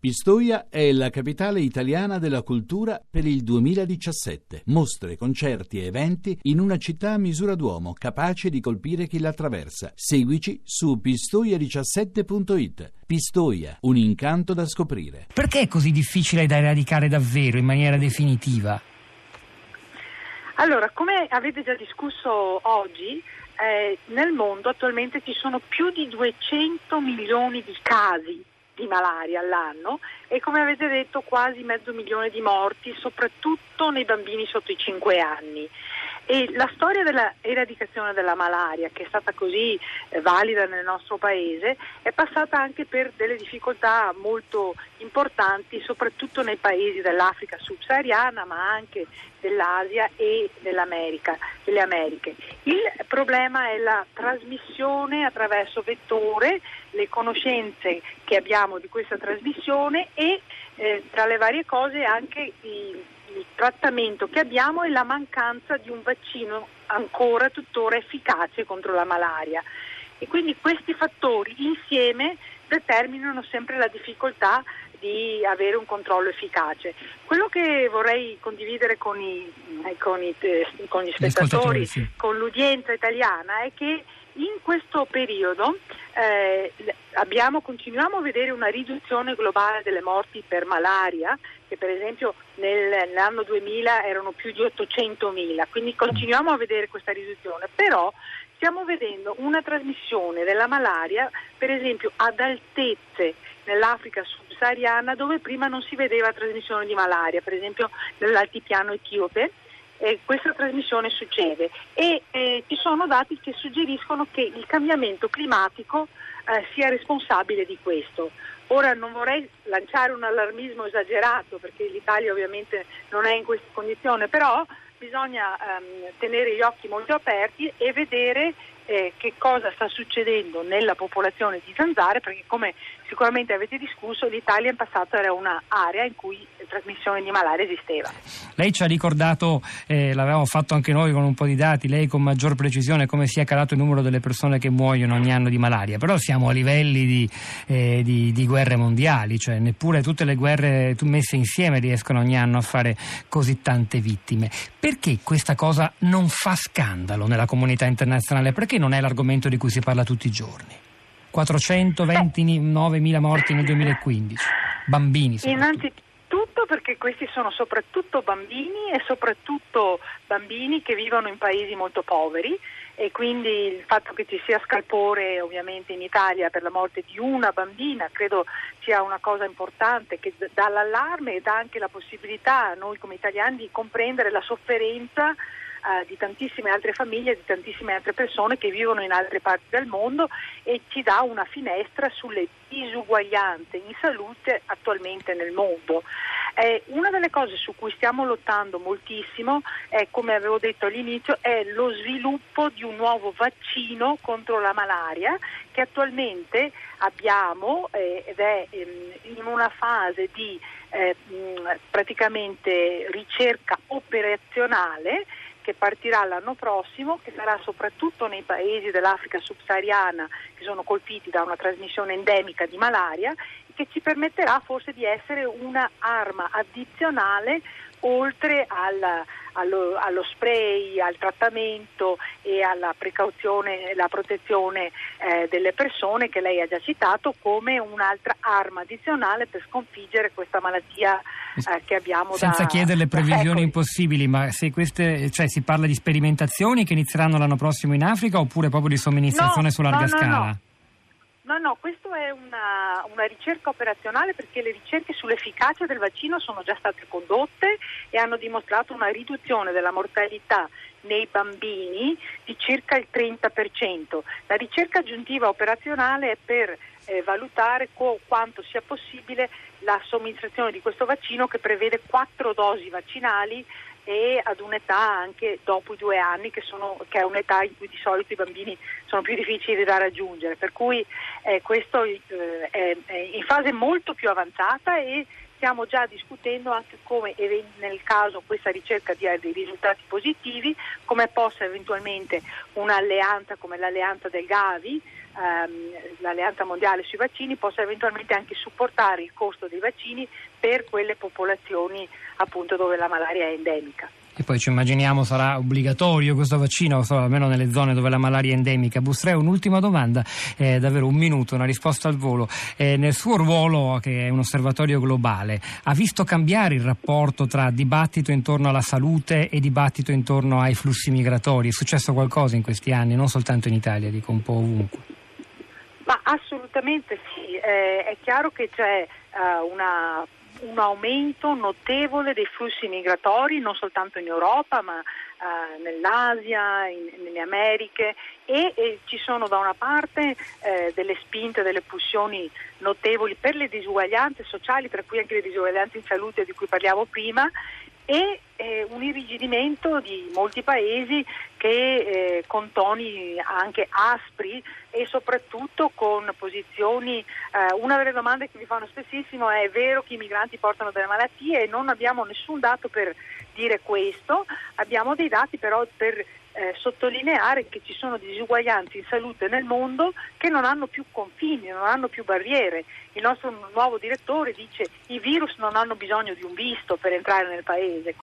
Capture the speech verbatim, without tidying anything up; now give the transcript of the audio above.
Pistoia è la capitale italiana della cultura per il duemiladiciassette. Mostre, concerti e eventi in una città a misura d'uomo, capace di colpire chi la attraversa. Seguici su pistoia diciassette punto it. Pistoia, un incanto da scoprire. Perché è così difficile da eradicare davvero, in maniera definitiva? Allora, come avete già discusso oggi, eh, nel mondo attualmente ci sono più di duecento milioni di casi di malaria all'anno e, come avete detto, quasi mezzo milione di morti, soprattutto nei bambini sotto i cinque anni. E la storia della eradicazione della malaria, che è stata così eh, valida nel nostro paese, è passata anche per delle difficoltà molto importanti, soprattutto nei paesi dell'Africa subsahariana, ma anche dell'Asia e dell'America, delle Americhe. Il problema è la trasmissione attraverso vettore, le conoscenze che abbiamo di questa trasmissione e eh, tra le varie cose anche i il trattamento che abbiamo e la mancanza di un vaccino ancora tuttora efficace contro la malaria. E quindi questi fattori insieme determinano sempre la difficoltà di avere un controllo efficace. Quello che vorrei condividere con i, con i, con gli spettatori, sì. con l'udienza italiana, è che in questo periodo eh, abbiamo, continuiamo a vedere una riduzione globale delle morti per malaria, che per esempio nel, nell'anno duemila erano più di ottocentomila, quindi continuiamo a vedere questa riduzione, però stiamo vedendo una trasmissione della malaria per esempio ad altezze nell'Africa subsahariana dove prima non si vedeva trasmissione di malaria, per esempio nell'altipiano etiope. Eh, questa trasmissione succede e eh, ci sono dati che suggeriscono che il cambiamento climatico eh, sia responsabile di questo. Ora non vorrei lanciare un allarmismo esagerato perché l'Italia ovviamente non è in questa condizione, però bisogna ehm, tenere gli occhi molto aperti e vedere eh, che cosa sta succedendo nella popolazione di zanzare, perché come sicuramente avete discusso, l'Italia in passato era un'area in cui la trasmissione di malaria esisteva. Lei ci ha ricordato, eh, l'avevamo fatto anche noi con un po' di dati, lei con maggior precisione, come sia calato il numero delle persone che muoiono ogni anno di malaria, però siamo a livelli di, eh, di, di guerre mondiali, cioè neppure tutte le guerre messe insieme riescono ogni anno a fare così tante vittime. Perché questa cosa non fa scandalo nella comunità internazionale? Perché non è l'argomento di cui si parla tutti i giorni? quattrocentoventinove mila morti nel duemilaquindici, bambini innanzitutto perché questi sono soprattutto bambini e soprattutto bambini che vivono in paesi molto poveri e quindi il fatto che ci sia scalpore ovviamente in Italia per la morte di una bambina credo sia una cosa importante che dà l'allarme e dà anche la possibilità a noi come italiani di comprendere la sofferenza di tantissime altre famiglie, di tantissime altre persone che vivono in altre parti del mondo e ci dà una finestra sulle disuguaglianze in salute attualmente nel mondo. Eh, una delle cose su cui stiamo lottando moltissimo è, come avevo detto all'inizio, è lo sviluppo di un nuovo vaccino contro la malaria che attualmente abbiamo eh, ed è ehm, in una fase di eh, mh, praticamente ricerca operazionale che partirà l'anno prossimo, che sarà soprattutto nei paesi dell'Africa subsahariana che sono colpiti da una trasmissione endemica di malaria e che ci permetterà forse di essere una arma addizionale oltre al, allo, allo spray, al trattamento e alla precauzione e la protezione eh, delle persone che lei ha già citato come un'altra arma addizionale per sconfiggere questa malattia eh, che abbiamo da senza chiederle previsioni ecco. impossibili, ma se queste, cioè si parla di sperimentazioni che inizieranno l'anno prossimo in Africa oppure proprio di somministrazione no, su larga no, no, scala? No. No, no, questo è una, una ricerca operazionale perché le ricerche sull'efficacia del vaccino sono già state condotte e hanno dimostrato una riduzione della mortalità nei bambini di circa il trenta per cento. La ricerca aggiuntiva operazionale è per eh, valutare co- quanto sia possibile la somministrazione di questo vaccino che prevede quattro dosi vaccinali e ad un'età anche dopo i due anni che, sono, che è un'età in cui di solito i bambini sono più difficili da raggiungere, per cui eh, questo eh, è, è in fase molto più avanzata e stiamo già discutendo anche come nel caso questa ricerca dia dei risultati positivi, come possa eventualmente un'alleanza come l'alleanza del Gavi ehm, l'Alleanza Mondiale sui vaccini possa eventualmente anche supportare il costo dei vaccini per quelle popolazioni appunto dove la malaria è endemica. E poi ci immaginiamo sarà obbligatorio questo vaccino, almeno nelle zone dove la malaria è endemica. Bustrè, un'ultima domanda, eh, davvero un minuto, una risposta al volo. Eh, nel suo ruolo, che è un osservatorio globale, ha visto cambiare il rapporto tra dibattito intorno alla salute e dibattito intorno ai flussi migratori? È successo qualcosa in questi anni, non soltanto in Italia, dico un po' ovunque. Ma assolutamente sì, eh, è chiaro che c'è uh, una... un aumento notevole dei flussi migratori non soltanto in Europa ma uh, nell'Asia, in, nelle Americhe e, e ci sono da una parte eh, delle spinte, delle pulsioni notevoli per le disuguaglianze sociali, tra cui anche le disuguaglianze in salute di cui parliamo prima, e eh, un irrigidimento di molti paesi che eh, con toni anche aspri e soprattutto con posizioni, eh, una delle domande che mi fanno spessissimo è: è vero che i migranti portano delle malattie? E non abbiamo nessun dato per dire questo, abbiamo dei dati però per eh, sottolineare che ci sono disuguaglianze in salute nel mondo che non hanno più confini, non hanno più barriere. Il nostro nuovo direttore dice: i virus non hanno bisogno di un visto per entrare nel paese.